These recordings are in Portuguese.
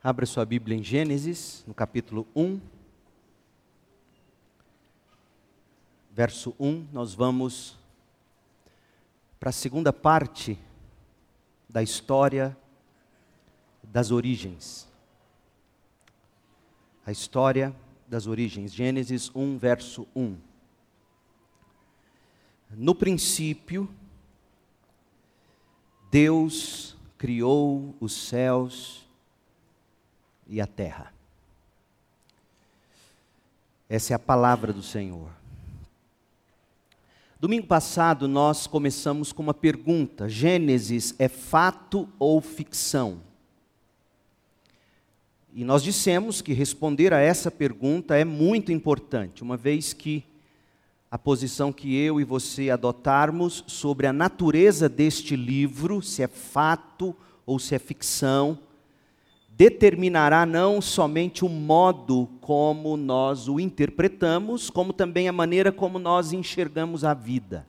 Abra sua Bíblia em Gênesis, no capítulo 1. Verso 1, nós vamos para a segunda parte da história das origens. A história das origens. Gênesis 1, verso 1. No princípio, Deus criou os céus e a terra. Essa é a palavra do Senhor. Domingo passado nós começamos com uma pergunta: Gênesis é fato ou ficção? E nós dissemos que responder a essa pergunta é muito importante, uma vez que a posição que eu e você adotarmos sobre a natureza deste livro, se é fato ou se é ficção, determinará não somente o modo como nós o interpretamos, como também a maneira como nós enxergamos a vida.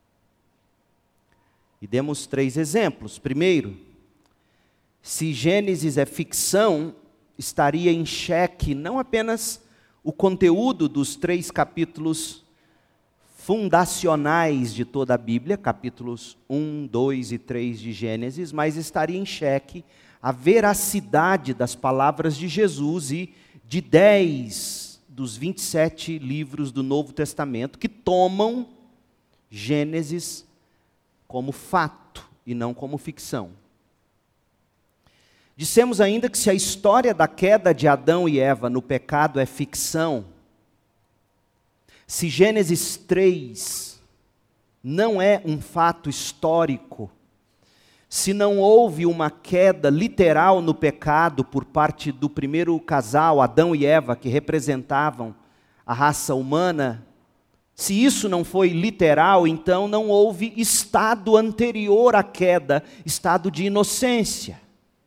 E demos 3 exemplos. Primeiro, se Gênesis é ficção, estaria em xeque não apenas o conteúdo dos 3 capítulos fundacionais de toda a Bíblia, capítulos 1, 2 e 3 de Gênesis, mas estaria em xeque a veracidade das palavras de Jesus e de 10 dos 27 livros do Novo Testamento que tomam Gênesis como fato e não como ficção. Dissemos ainda que se a história da queda de Adão e Eva no pecado é ficção, se Gênesis 3 não é um fato histórico, se não houve uma queda literal no pecado por parte do primeiro casal, Adão e Eva, que representavam a raça humana, se isso não foi literal, então não houve estado anterior à queda, estado de inocência.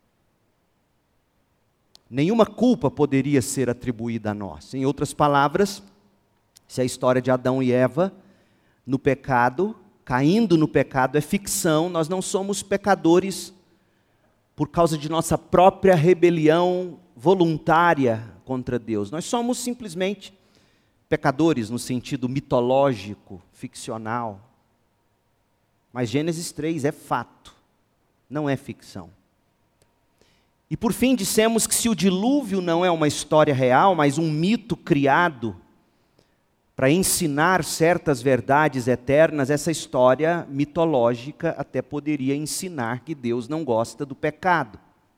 Nenhuma culpa poderia ser atribuída a nós. Em outras palavras, se a história de Adão e Eva no pecado, caindo no pecado, é ficção, nós não somos pecadores por causa de nossa própria rebelião voluntária contra Deus. Nós somos simplesmente pecadores no sentido mitológico, ficcional. Mas Gênesis 3 é fato, não é ficção. E por fim dissemos que se o dilúvio não é uma história real, mas um mito criado para ensinar certas verdades eternas, essa história mitológica até poderia ensinar que Deus não gosta do pecado.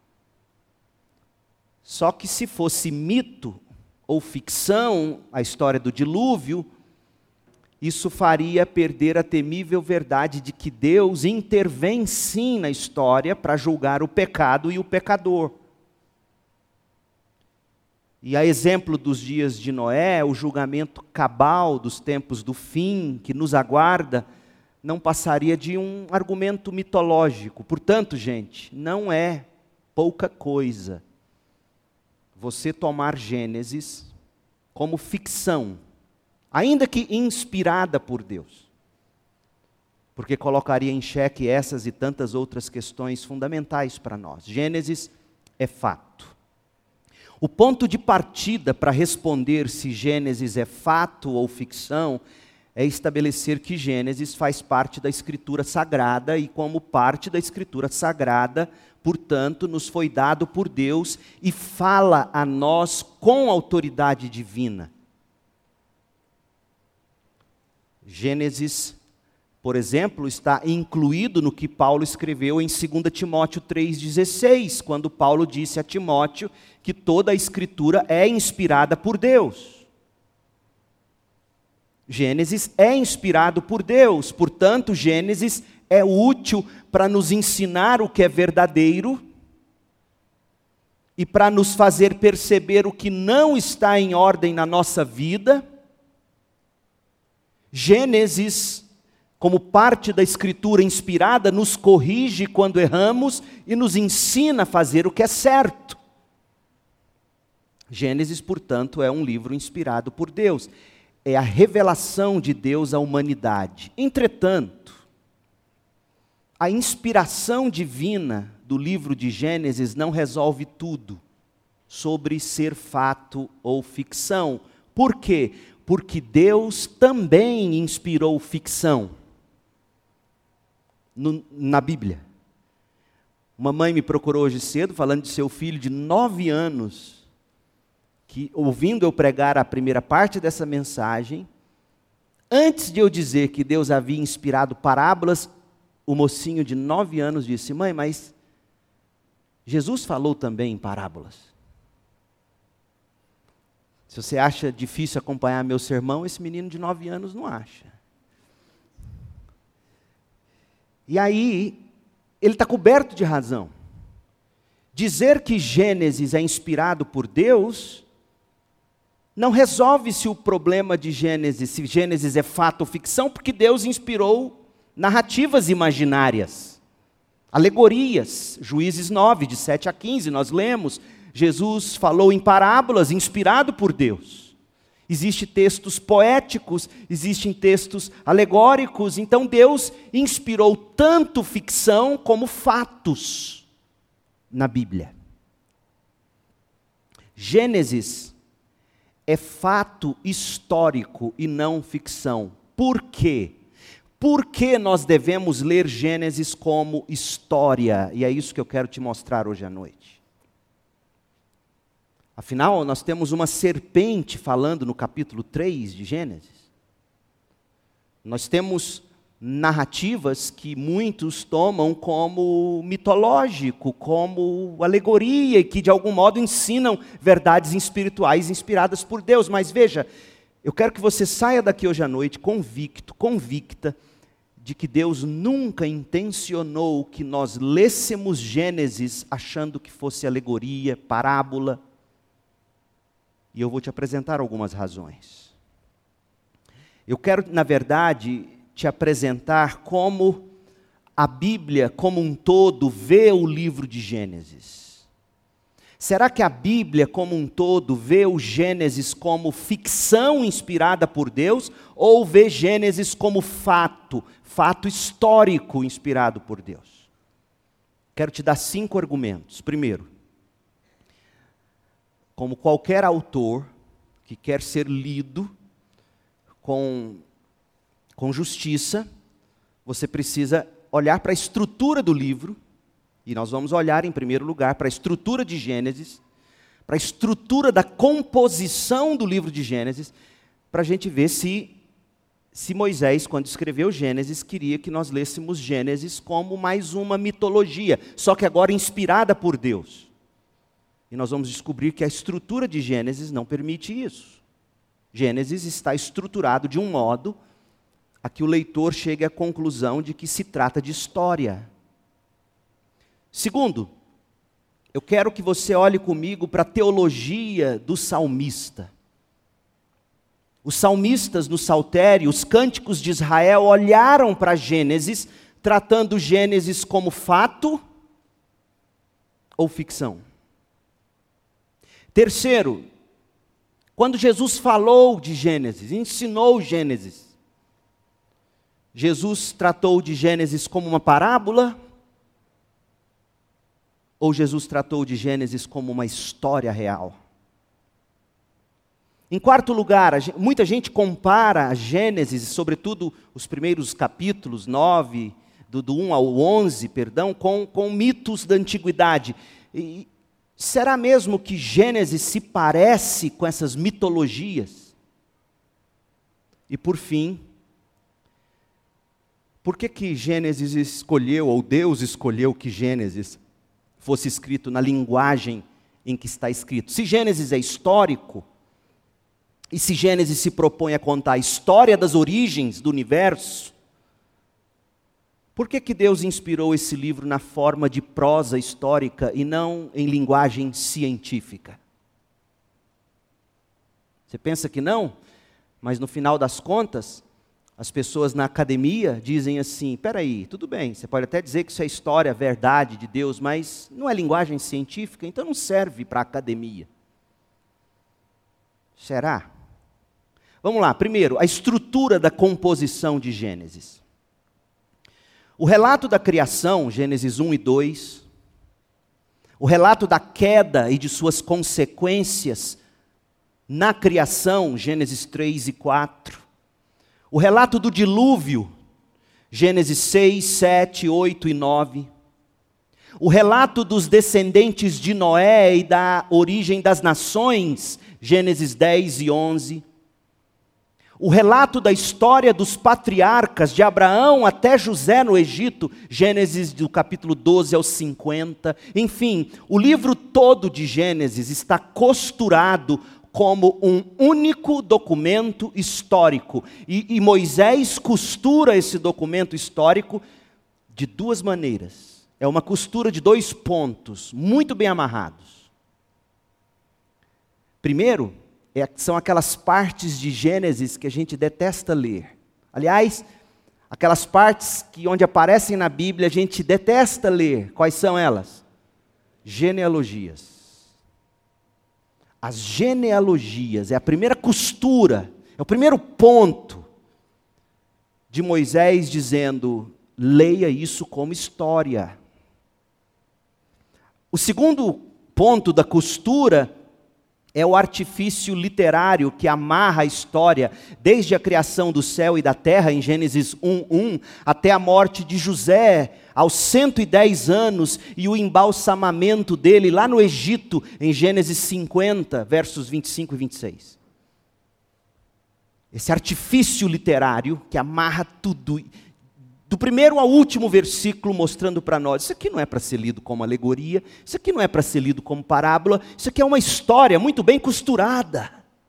Só que se fosse mito ou ficção, a história do dilúvio, isso faria perder a temível verdade de que Deus intervém sim na história para julgar o pecado e o pecador. E a exemplo dos dias de Noé, o julgamento cabal dos tempos do fim, que nos aguarda, não passaria de um argumento mitológico. Portanto, gente, não é pouca coisa você tomar Gênesis como ficção, ainda que inspirada por Deus, porque colocaria em xeque essas e tantas outras questões fundamentais para nós. Gênesis é fato. O ponto de partida para responder se Gênesis é fato ou ficção é estabelecer que Gênesis faz parte da Escritura Sagrada e, como parte da Escritura Sagrada, portanto, nos foi dado por Deus e fala a nós com autoridade divina. Gênesis, por exemplo, está incluído no que Paulo escreveu em 2 Timóteo 3,16, quando Paulo disse a Timóteo que toda a Escritura é inspirada por Deus. Gênesis é inspirado por Deus, portanto, Gênesis é útil para nos ensinar o que é verdadeiro e para nos fazer perceber o que não está em ordem na nossa vida. Gênesis, como parte da Escritura inspirada, nos corrige quando erramos e nos ensina a fazer o que é certo. Gênesis, portanto, é um livro inspirado por Deus. É a revelação de Deus à humanidade. Entretanto, a inspiração divina do livro de Gênesis não resolve tudo. sobre ser fato ou ficção. Por quê? Porque Deus também inspirou ficção na Bíblia. Uma mãe me procurou hoje cedo, falando de seu filho de 9 anos, que ouvindo eu pregar a primeira parte dessa mensagem, antes de eu dizer que Deus havia inspirado parábolas, o mocinho de 9 anos disse: mãe, mas Jesus falou também em parábolas. Se você acha difícil acompanhar meu sermão, esse menino de 9 anos não acha. E aí, ele está coberto de razão. Dizer que Gênesis é inspirado por Deus não resolve-se o problema de Gênesis, se Gênesis é fato ou ficção, porque Deus inspirou narrativas imaginárias, alegorias. Juízes 9, de 7 a 15, nós lemos, Jesus falou em parábolas, inspirado por Deus. Existem textos poéticos, existem textos alegóricos, então Deus inspirou tanto ficção como fatos na Bíblia. Gênesis é fato histórico e não ficção. Por quê? Por que nós devemos ler Gênesis como história? E é isso que eu quero te mostrar hoje à noite. Afinal, nós temos uma serpente falando no capítulo 3 de Gênesis. Nós temos narrativas que muitos tomam como mitológico, como alegoria, e que de algum modo ensinam verdades espirituais inspiradas por Deus. Mas veja, eu quero que você saia daqui hoje à noite convicta, de que Deus nunca intencionou que nós lêssemos Gênesis achando que fosse alegoria, parábola. E eu vou te apresentar algumas razões. Eu quero, na verdade, te apresentar como a Bíblia, como um todo, vê o livro de Gênesis. Será que a Bíblia, como um todo, vê o Gênesis como ficção inspirada por Deus, ou vê Gênesis como fato histórico inspirado por Deus? Quero te dar 5 argumentos. Primeiro, como qualquer autor que quer ser lido com justiça, você precisa olhar para a estrutura do livro, e nós vamos olhar em primeiro lugar para a estrutura de Gênesis, para a estrutura da composição do livro de Gênesis, para a gente ver se Moisés, quando escreveu Gênesis, queria que nós lêssemos Gênesis como mais uma mitologia, só que agora inspirada por Deus. E nós vamos descobrir que a estrutura de Gênesis não permite isso. Gênesis está estruturado de um modo a que o leitor chegue à conclusão de que se trata de história. Segundo, eu quero que você olhe comigo para a teologia do salmista. Os salmistas no Saltério, os cânticos de Israel, olharam para Gênesis, tratando Gênesis como fato ou ficção. Terceiro, quando Jesus falou de Gênesis, ensinou Gênesis, Jesus tratou de Gênesis como uma parábola? Ou Jesus tratou de Gênesis como uma história real? Em quarto lugar, muita gente compara a Gênesis, sobretudo os primeiros capítulos, 9, do 1 ao 11, com mitos da antiguidade. E será mesmo que Gênesis se parece com essas mitologias? E por fim, por que Gênesis escolheu, ou Deus escolheu que Gênesis fosse escrito na linguagem em que está escrito? Se Gênesis é histórico, e se Gênesis se propõe a contar a história das origens do universo, por que Deus inspirou esse livro na forma de prosa histórica e não em linguagem científica? Você pensa que não? Mas no final das contas, as pessoas na academia dizem assim: peraí, tudo bem, você pode até dizer que isso é história, verdade de Deus, mas não é linguagem científica, então não serve para a academia. Será? Vamos lá, primeiro, a estrutura da composição de Gênesis. O relato da criação, Gênesis 1 e 2, O relato da queda e de suas consequências na criação, Gênesis 3 e 4. O relato do dilúvio, Gênesis 6, 7, 8 e 9. O relato dos descendentes de Noé e da origem das nações, Gênesis 10 e 11. O relato da história dos patriarcas, de Abraão até José no Egito, Gênesis do capítulo 12 ao 50. Enfim, o livro todo de Gênesis está costurado como um único documento histórico. E Moisés costura esse documento histórico de duas maneiras. É uma costura de dois pontos, muito bem amarrados. Primeiro, são aquelas partes de Gênesis que a gente detesta ler. Aliás, aquelas partes onde aparecem na Bíblia a gente detesta ler. Quais são elas? Genealogias. As genealogias é a primeira costura, é o primeiro ponto de Moisés dizendo: leia isso como história. O segundo ponto da costura é o artifício literário que amarra a história, desde a criação do céu e da terra, em Gênesis 1:1, até a morte de José, aos 110 anos, e o embalsamamento dele lá no Egito, em Gênesis 50, versos 25 e 26. Esse artifício literário que amarra tudo, do primeiro ao último versículo, mostrando para nós, isso aqui não é para ser lido como alegoria, isso aqui não é para ser lido como parábola, isso aqui é uma história muito bem costurada.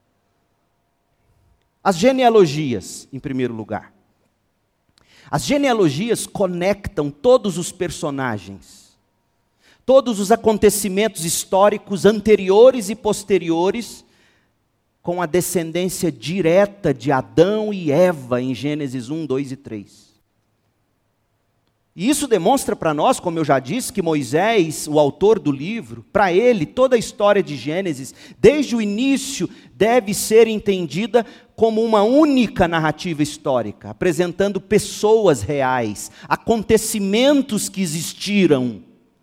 As genealogias, em primeiro lugar. As genealogias conectam todos os personagens, todos os acontecimentos históricos anteriores e posteriores, com a descendência direta de Adão e Eva, em Gênesis 1, 2 e 3. E isso demonstra para nós, como eu já disse, que Moisés, o autor do livro, para ele, toda a história de Gênesis, desde o início, deve ser entendida como uma única narrativa histórica, apresentando pessoas reais, acontecimentos que existiram.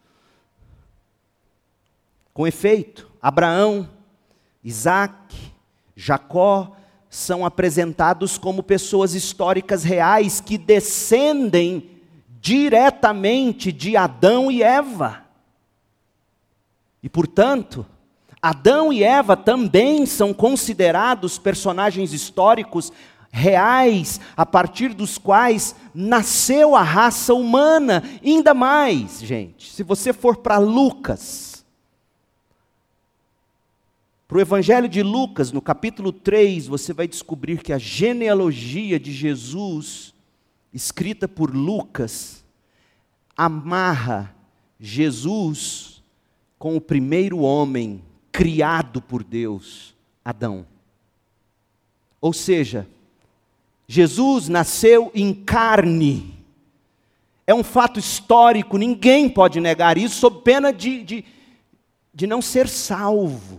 Com efeito, Abraão, Isaac, Jacó são apresentados como pessoas históricas reais que descendem diretamente de Adão e Eva. E, portanto, Adão e Eva também são considerados personagens históricos reais, a partir dos quais nasceu a raça humana. E ainda mais, gente, se você for para Lucas, para o Evangelho de Lucas, no capítulo 3, você vai descobrir que a genealogia de Jesus, escrita por Lucas, amarra Jesus com o primeiro homem criado por Deus, Adão. Ou seja, Jesus nasceu em carne. É um fato histórico, ninguém pode negar isso, sob pena de não ser salvo.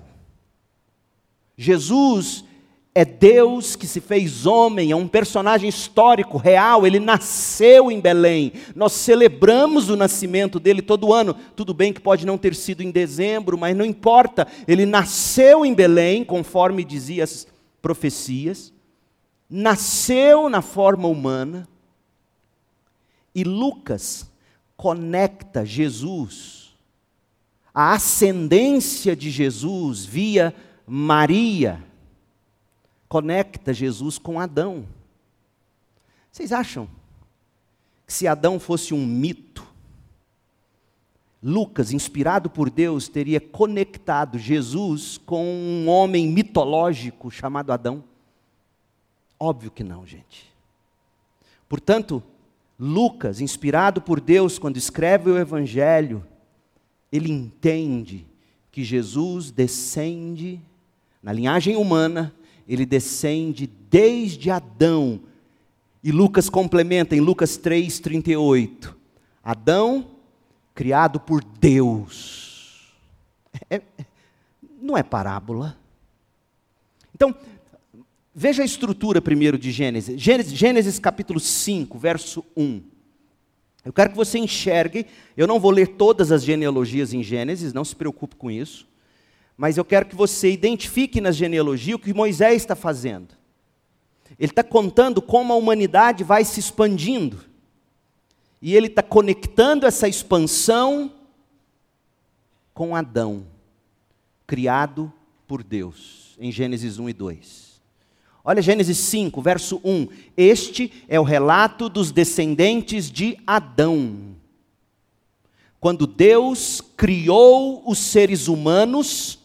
Jesus é Deus que se fez homem, é um personagem histórico, real, ele nasceu em Belém. Nós celebramos o nascimento dele todo ano. Tudo bem que pode não ter sido em dezembro, mas não importa. Ele nasceu em Belém, conforme diziam as profecias. Nasceu na forma humana. E Lucas conecta Jesus, a ascendência de Jesus via Maria, conecta Jesus com Adão. Vocês acham que se Adão fosse um mito, Lucas, inspirado por Deus, teria conectado Jesus com um homem mitológico chamado Adão? Óbvio que não, gente. Portanto, Lucas, inspirado por Deus, quando escreve o Evangelho, ele entende que Jesus descende, na linhagem humana, ele descende desde Adão. E Lucas complementa em Lucas 3:38. Adão, criado por Deus. Não é parábola. Então, veja a estrutura primeiro de Gênesis. Gênesis capítulo 5, verso 1. Eu quero que você enxergue, eu não vou ler todas as genealogias em Gênesis, não se preocupe com isso, mas eu quero que você identifique na genealogia o que Moisés está fazendo. Ele está contando como a humanidade vai se expandindo, e ele está conectando essa expansão com Adão, criado por Deus, em Gênesis 1 e 2. Olha Gênesis 5, verso 1. Este é o relato dos descendentes de Adão. Quando Deus criou os seres humanos,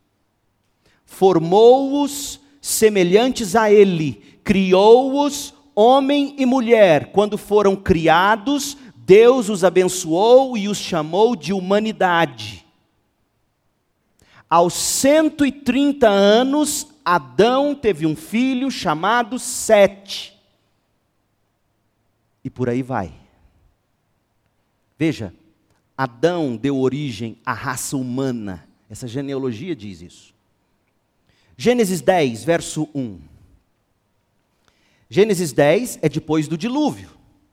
formou-os semelhantes a Ele, criou-os homem e mulher. Quando foram criados, Deus os abençoou e os chamou de humanidade. Aos 130 anos, Adão teve um filho chamado Sete. E por aí vai. Veja, Adão deu origem à raça humana. Essa genealogia diz isso. Gênesis 10, verso 1. Gênesis 10 é depois do dilúvio.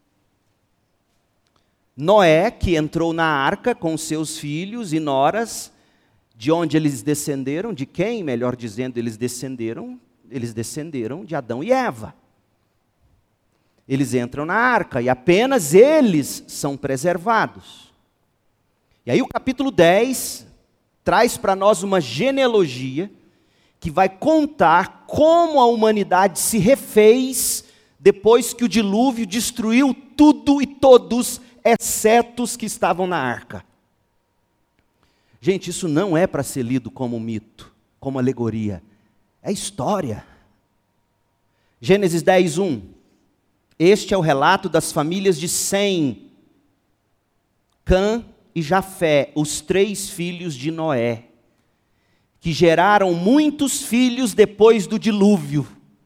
Noé, que entrou na arca com seus filhos e noras, de onde eles descenderam, de quem, melhor dizendo, eles descenderam de Adão e Eva. Eles entram na arca e apenas eles são preservados. E aí o capítulo 10 traz para nós uma genealogia que vai contar como a humanidade se refez depois que o dilúvio destruiu tudo e todos, exceto os que estavam na arca. Gente, isso não é para ser lido como um mito, como alegoria. É história. Gênesis 10, 1. Este é o relato das famílias de Sem, Cã e Jafé, os 3 filhos de Noé, que geraram muitos filhos depois do dilúvio.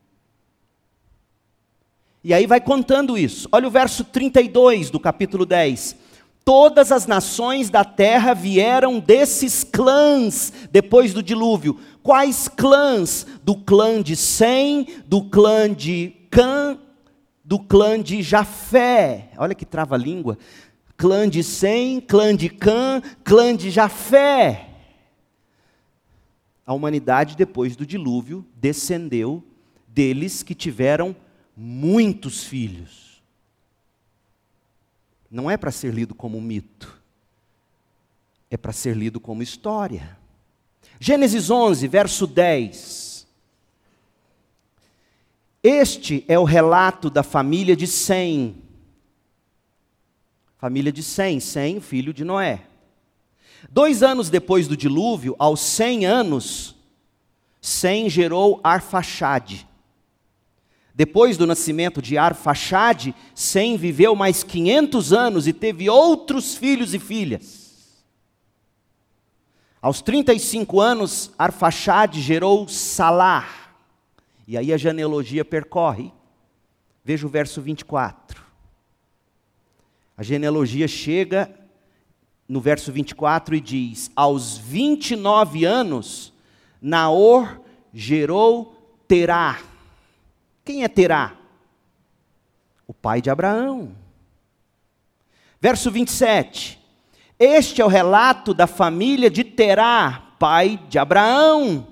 E aí vai contando isso. Olha o verso 32 do capítulo 10. Todas as nações da terra vieram desses clãs depois do dilúvio. Quais clãs? Do clã de Sem, do clã de Cã, do clã de Jafé. Olha que trava-língua. Clã de Sem, clã de Cã, clã de Jafé. A humanidade depois do dilúvio descendeu deles que tiveram muitos filhos. Não é para ser lido como um mito, é para ser lido como história. Gênesis 11, verso 10. Este é o relato da família de Sem. Família de Sem, Sem, filho de Noé. 2 anos depois do dilúvio, aos 100 anos, Sem gerou Arfaxade. Depois do nascimento de Arfaxade, Sem viveu mais 500 anos e teve outros filhos e filhas. Aos 35 anos, Arfaxade gerou Salar. E aí a genealogia percorre. Veja o verso 24. A genealogia chega no verso 24 e diz: aos 29 anos, Naor gerou Terá. Quem é Terá? O pai de Abraão. Verso 27. Este é o relato da família de Terá, pai de Abraão.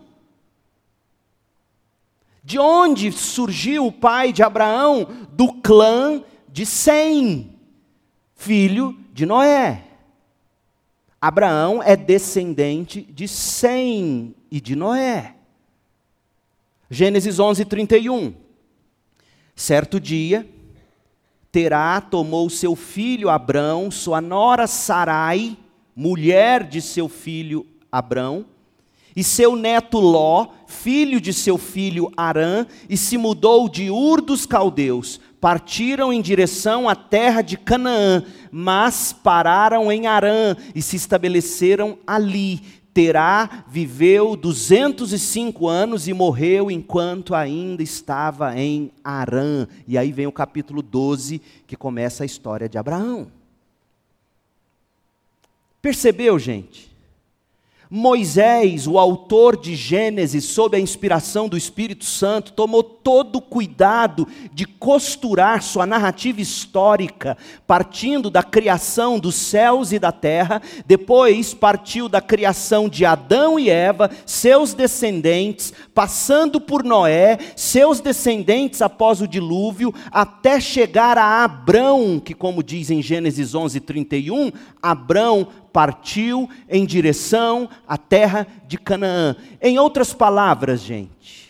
De onde surgiu o pai de Abraão? Do clã de Sem, filho de Noé. Abraão é descendente de Sem e de Noé. Gênesis 11, 31. Certo dia, Terá tomou seu filho Abrão, sua nora Sarai, mulher de seu filho Abrão, e seu neto Ló, filho de seu filho Harã, e se mudou de Ur dos Caldeus. Partiram em direção à terra de Canaã, mas pararam em Harã e se estabeleceram ali. Terá viveu 205 anos e morreu enquanto ainda estava em Harã. E aí vem o capítulo 12, que começa a história de Abraão. Percebeu, gente? Moisés, o autor de Gênesis, sob a inspiração do Espírito Santo, tomou todo o cuidado de costurar sua narrativa histórica, partindo da criação dos céus e da terra, depois partiu da criação de Adão e Eva, seus descendentes, passando por Noé, seus descendentes após o dilúvio, até chegar a Abrão, que, como diz em Gênesis 11:31, Abrão partiu em direção à terra de Canaã. Em outras palavras, gente,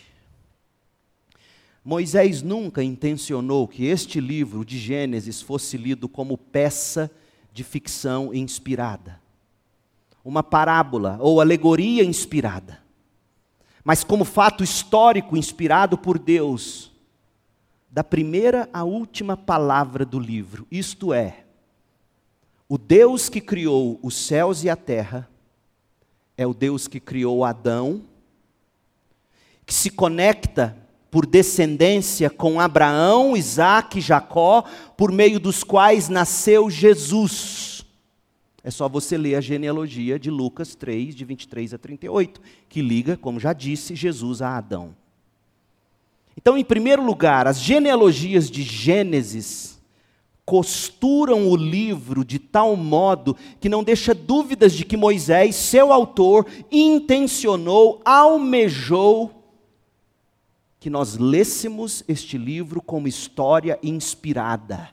Moisés nunca intencionou que este livro de Gênesis fosse lido como peça de ficção inspirada, uma parábola ou alegoria inspirada, mas como fato histórico inspirado por Deus, da primeira à última palavra do livro, isto é, o Deus que criou os céus e a terra é o Deus que criou Adão, que se conecta por descendência com Abraão, Isaque e Jacó, por meio dos quais nasceu Jesus. É só você ler a genealogia de Lucas 3, de 23 a 38, que liga, como já disse, Jesus a Adão. Então, em primeiro lugar, as genealogias de Gênesis costuram o livro de tal modo que não deixa dúvidas de que Moisés, seu autor, intencionou, almejou que nós lêssemos este livro como história inspirada.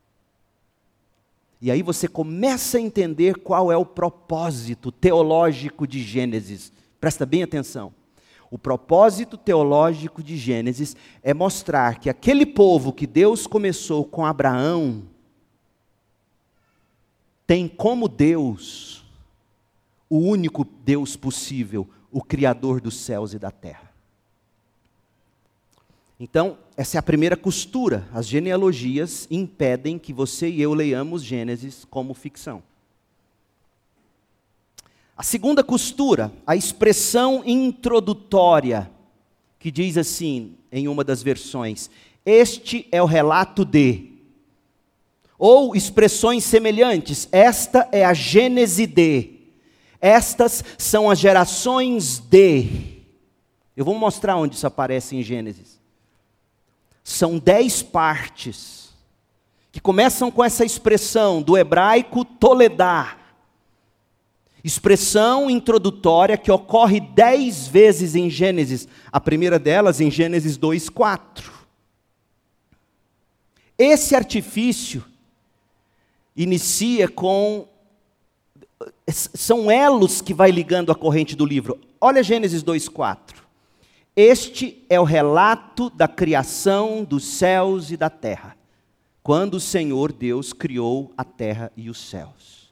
E aí você começa a entender qual é o propósito teológico de Gênesis. Presta bem atenção. O propósito teológico de Gênesis é mostrar que aquele povo que Deus começou com Abraão tem como Deus o único Deus possível, o Criador dos céus e da terra. Então, essa é a primeira costura. As genealogias impedem que você e eu leiamos Gênesis como ficção. A segunda costura, a expressão introdutória, que diz assim, em uma das versões, este é o relato de, ou expressões semelhantes, esta é a gênese de, estas são as gerações de. Eu vou mostrar onde isso aparece em Gênesis. São 10 partes, que começam com essa expressão do hebraico toledá, expressão introdutória que ocorre 10 vezes em Gênesis. A primeira delas em Gênesis 2:4. Esse artifício inicia com... são elos que vai ligando a corrente do livro. Olha Gênesis 2:4. Este é o relato da criação dos céus e da terra, quando o Senhor Deus criou a terra e os céus.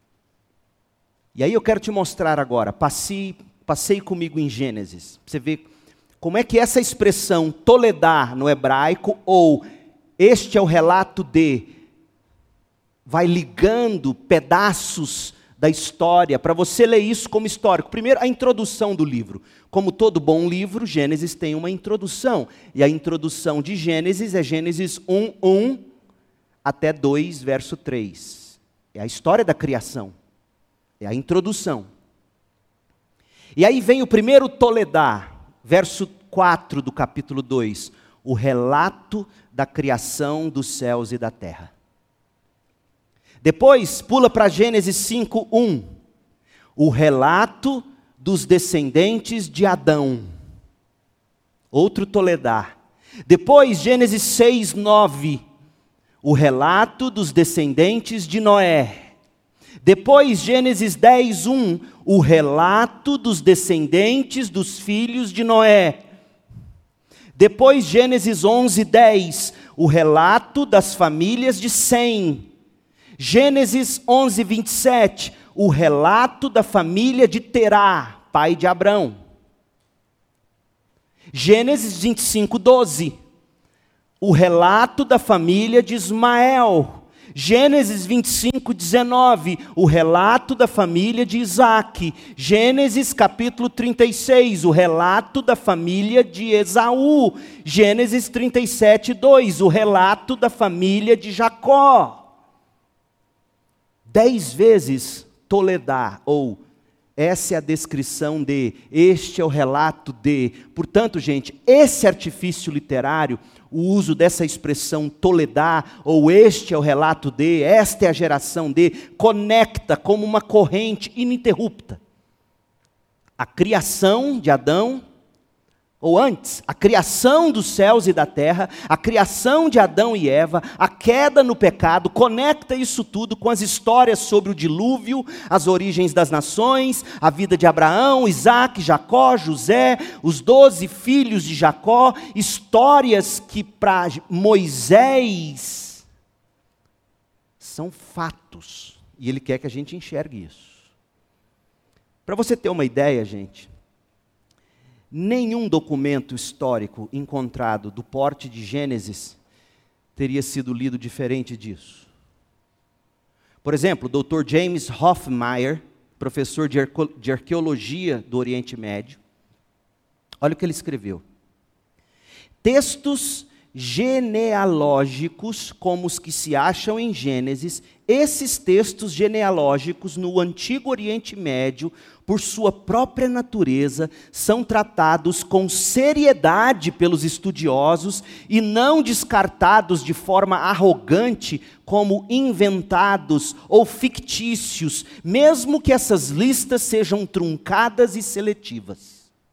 E aí eu quero te mostrar agora, passei comigo em Gênesis, para você ver como é que essa expressão toledá no hebraico, ou este é o relato de, vai ligando pedaços da história, para você ler isso como histórico. Primeiro, a introdução do livro. Como todo bom livro, Gênesis tem uma introdução. E a introdução de Gênesis é Gênesis 1:1 até 2, verso 3. É a história da criação. É a introdução. E aí vem o primeiro toledá, verso 4 do capítulo 2. O relato da criação dos céus e da terra. Depois, pula para Gênesis 5:1. O relato dos descendentes de Adão. Outro toledá. Depois, Gênesis 6:9. O relato dos descendentes de Noé. Depois, Gênesis 10:1. O relato dos descendentes dos filhos de Noé. Depois, Gênesis 11:10. O relato das famílias de Sem. Gênesis 11:27, o relato da família de Terá, pai de Abrão. Gênesis 25:12, o relato da família de Ismael. Gênesis 25:19, o relato da família de Isaque. Gênesis capítulo 36, o relato da família de Esaú. Gênesis 37:2, o relato da família de Jacó. 10 vezes toledá, ou essa é a descrição de, este é o relato de. Portanto, gente, esse artifício literário, o uso dessa expressão toledar, ou este é o relato de, esta é a geração de, conecta como uma corrente ininterrupta a criação de Adão, ou antes, a criação dos céus e da terra, a criação de Adão e Eva, a queda no pecado, conecta isso tudo com as histórias sobre o dilúvio, as origens das nações, a vida de Abraão, Isaac, Jacó, José, os 12 filhos de Jacó, histórias que para Moisés são fatos, e ele quer que a gente enxergue isso. Para você ter uma ideia, gente, nenhum documento histórico encontrado do porte de Gênesis teria sido lido diferente disso. Por exemplo, o Dr. James Hoffmeier, professor de arqueologia do Oriente Médio, olha o que ele escreveu. Textos genealógicos, como os que se acham em Gênesis, esses textos genealógicos no Antigo Oriente Médio, por sua própria natureza, são tratados com seriedade pelos estudiosos e não descartados de forma arrogante como inventados ou fictícios, mesmo que essas listas sejam truncadas e seletivas.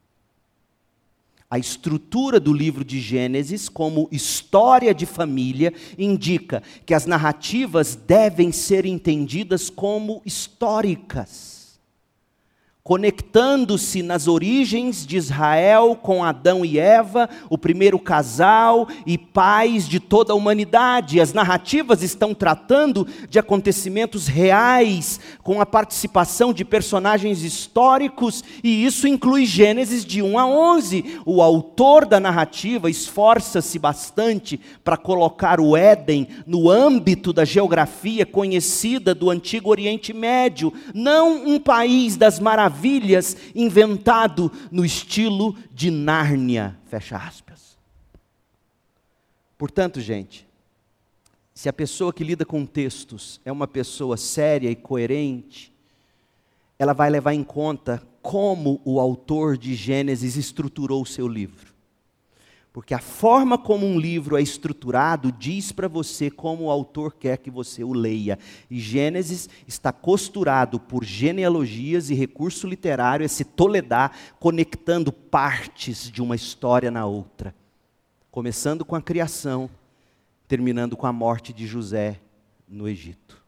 A estrutura do livro de Gênesis, como história de família, indica que as narrativas devem ser entendidas como históricas, conectando-se nas origens de Israel com Adão e Eva, o primeiro casal e pais de toda a humanidade. As narrativas estão tratando de acontecimentos reais, com a participação de personagens históricos, e isso inclui Gênesis de 1 a 11. O autor da narrativa esforça-se bastante para colocar o Éden no âmbito da geografia conhecida do Antigo Oriente Médio, não um país das maravilhas inventado no estilo de Nárnia, fecha aspas. Portanto, gente, se a pessoa que lida com textos é uma pessoa séria e coerente, ela vai levar em conta como o autor de Gênesis estruturou o seu livro. Porque a forma como um livro é estruturado diz para você como o autor quer que você o leia. E Gênesis está costurado por genealogias e recurso literário, esse toledar, conectando partes de uma história na outra. Começando com a criação, terminando com a morte de José no Egito.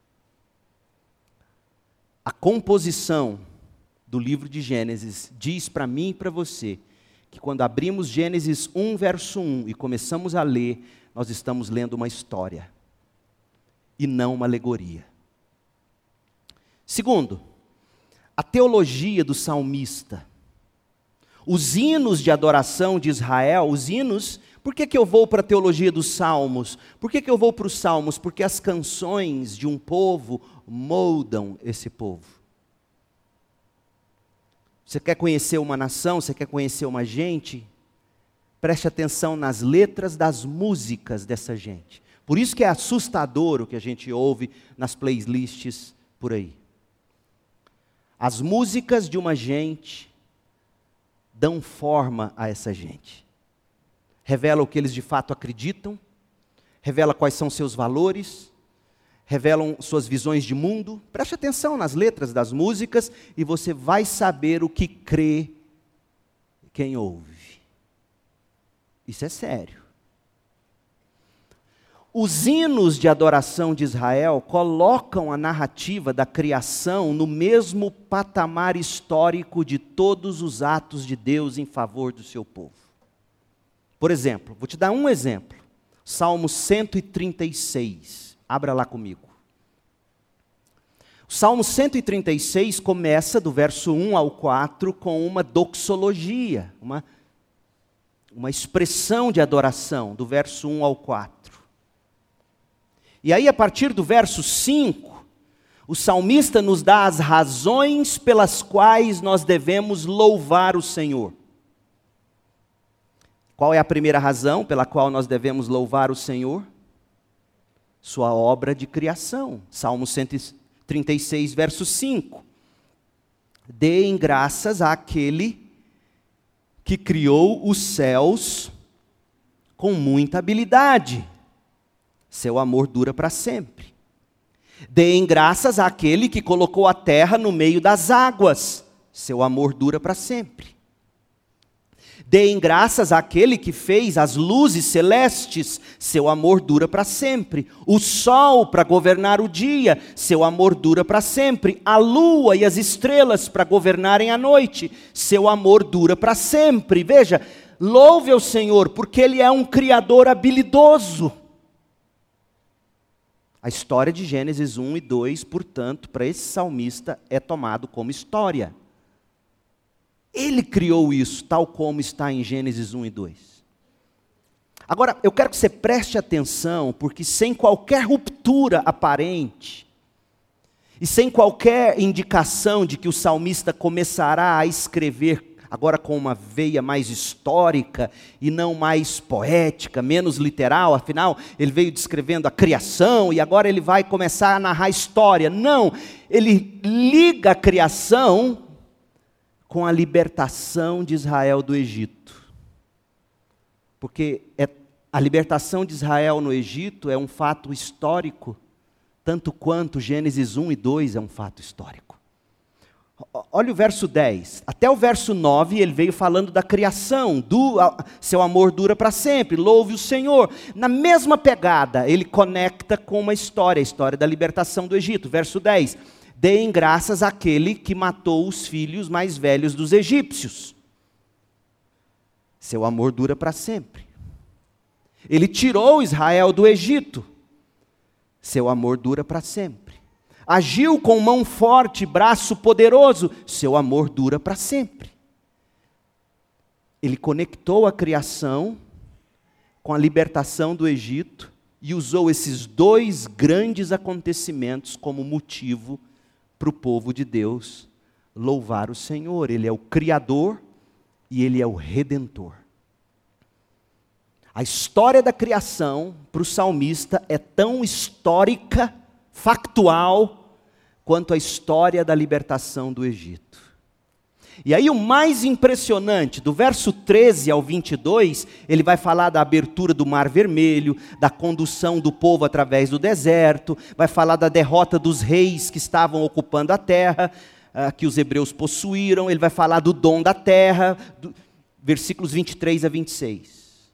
A composição do livro de Gênesis diz para mim e para você que quando abrimos Gênesis 1, verso 1 e começamos a ler, nós estamos lendo uma história e não uma alegoria. Segundo, a teologia do salmista. Os hinos de adoração de Israel, os hinos, por que eu vou para a teologia dos salmos? Por que eu vou para os salmos? Porque as canções de um povo moldam esse povo. Você quer conhecer uma nação, você quer conhecer uma gente? Preste atenção nas letras das músicas dessa gente. Por isso que é assustador o que a gente ouve nas playlists por aí. As músicas de uma gente dão forma a essa gente. Revela o que eles de fato acreditam, revela quais são seus valores, revelam suas visões de mundo. Preste atenção nas letras das músicas e você vai saber o que crê quem ouve. Isso é sério. Os hinos de adoração de Israel colocam a narrativa da criação no mesmo patamar histórico de todos os atos de Deus em favor do seu povo. Por exemplo, vou te dar um exemplo. Salmo 136. Abra lá comigo. O Salmo 136 começa do verso 1 ao 4 com uma doxologia, uma expressão de adoração, do verso 1 ao 4. E aí, a partir do verso 5, o salmista nos dá as razões pelas quais nós devemos louvar o Senhor. Qual é a primeira razão pela qual nós devemos louvar o Senhor? Sua obra de criação. Salmo 136, verso 5. Deem graças àquele que criou os céus com muita habilidade. Seu amor dura para sempre. Deem graças àquele que colocou a terra no meio das águas. Seu amor dura para sempre. Deem graças àquele que fez as luzes celestes. Seu amor dura para sempre. O sol para governar o dia. Seu amor dura para sempre. A lua e as estrelas para governarem a noite. Seu amor dura para sempre. Veja, louve ao Senhor, porque Ele é um Criador habilidoso. A história de Gênesis 1 e 2, portanto, para esse salmista é tomado como história. Ele criou isso, tal como está em Gênesis 1 e 2. Agora, eu quero que você preste atenção, porque sem qualquer ruptura aparente, e sem qualquer indicação de que o salmista começará a escrever agora com uma veia mais histórica e não mais poética, menos literal, afinal, ele veio descrevendo a criação e agora ele vai começar a narrar a história. Não, ele liga a criação com a libertação de Israel do Egito. Porque a libertação de Israel no Egito é um fato histórico, tanto quanto Gênesis 1 e 2 é um fato histórico. Olha o verso 10, até o verso 9 ele veio falando da criação, seu amor dura para sempre, louve o Senhor. Na mesma pegada, ele conecta com uma história, a história da libertação do Egito. Verso 10, deem graças àquele que matou os filhos mais velhos dos egípcios. Seu amor dura para sempre. Ele tirou Israel do Egito. Seu amor dura para sempre. Agiu com mão forte, braço poderoso. Seu amor dura para sempre. Ele conectou a criação com a libertação do Egito e usou esses dois grandes acontecimentos como motivo para o povo de Deus louvar o Senhor. Ele é o Criador e Ele é o Redentor. A história da criação, para o salmista, é tão histórica, factual, quanto a história da libertação do Egito. E aí o mais impressionante, do verso 13 ao 22, ele vai falar da abertura do Mar Vermelho, da condução do povo através do deserto, vai falar da derrota dos reis que estavam ocupando a terra, que os hebreus possuíram, ele vai falar do dom da terra, versículos 23 a 26.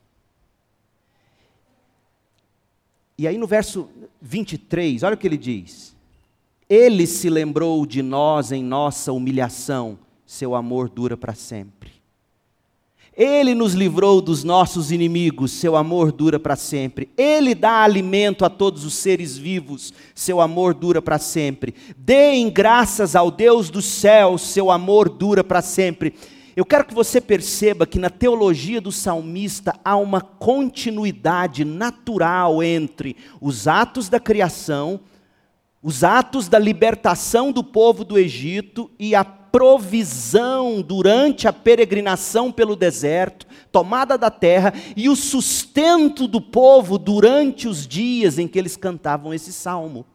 E aí no verso 23, olha o que ele diz. Ele se lembrou de nós em nossa humilhação, seu amor dura para sempre. Ele nos livrou dos nossos inimigos, seu amor dura para sempre. Ele dá alimento a todos os seres vivos, seu amor dura para sempre. Deem graças ao Deus dos céus, seu amor dura para sempre. Eu quero que você perceba que na teologia do salmista há uma continuidade natural entre os atos da criação, os atos da libertação do povo do Egito e a provisão durante a peregrinação pelo deserto, tomada da terra, e o sustento do povo durante os dias em que eles cantavam esse salmo.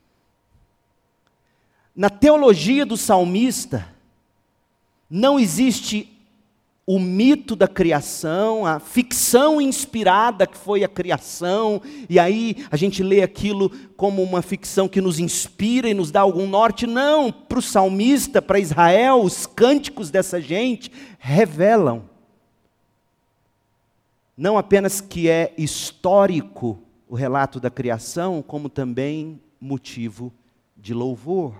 Na teologia do salmista, não existe o mito da criação, a ficção inspirada que foi a criação, e aí a gente lê aquilo como uma ficção que nos inspira e nos dá algum norte. Não, para o salmista, para Israel, os cânticos dessa gente revelam não apenas que é histórico o relato da criação, como também motivo de louvor.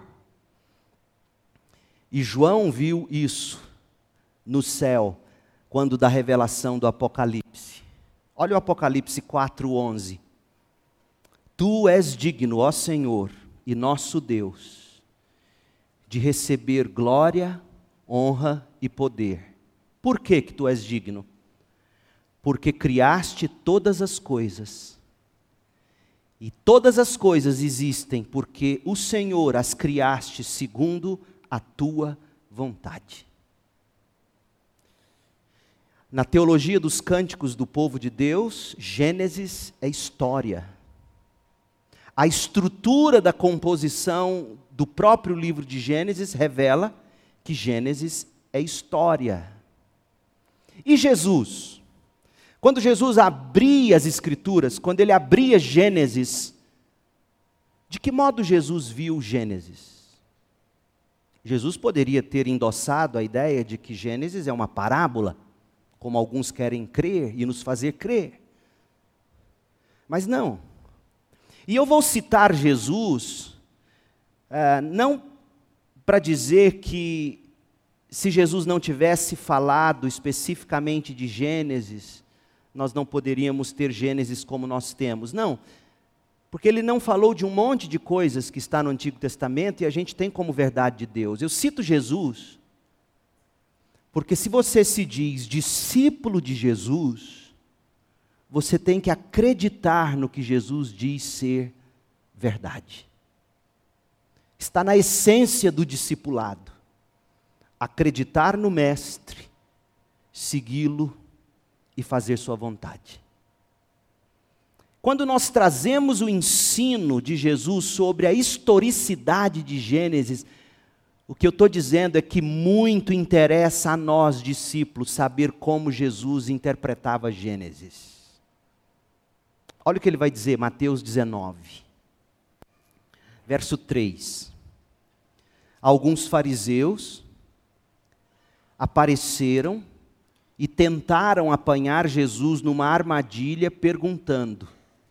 E João viu isso no céu, quando da revelação do Apocalipse. Olha o Apocalipse 4:11. Tu és digno, ó Senhor, e nosso Deus, de receber glória, honra e poder. Por que tu és digno? Porque criaste todas as coisas. E todas as coisas existem porque o Senhor as criaste segundo a tua vontade. Na teologia dos cânticos do povo de Deus, Gênesis é história. A estrutura da composição do próprio livro de Gênesis revela que Gênesis é história. E Jesus? Quando Jesus abria as Escrituras, quando ele abria Gênesis, de que modo Jesus viu Gênesis? Jesus poderia ter endossado a ideia de que Gênesis é uma parábola, como alguns querem crer e nos fazer crer. Mas não. E eu vou citar Jesus, não para dizer que se Jesus não tivesse falado especificamente de Gênesis, nós não poderíamos ter Gênesis como nós temos. Não, porque ele não falou de um monte de coisas que está no Antigo Testamento e a gente tem como verdade de Deus. Eu cito Jesus, porque se você se diz discípulo de Jesus, você tem que acreditar no que Jesus diz ser verdade. Está na essência do discipulado. Acreditar no Mestre, segui-lo e fazer sua vontade. Quando nós trazemos o ensino de Jesus sobre a historicidade de Gênesis, o que eu estou dizendo é que muito interessa a nós, discípulos, saber como Jesus interpretava Gênesis. Olha o que ele vai dizer, Mateus 19, verso 3. Alguns fariseus apareceram e tentaram apanhar Jesus numa armadilha, perguntando: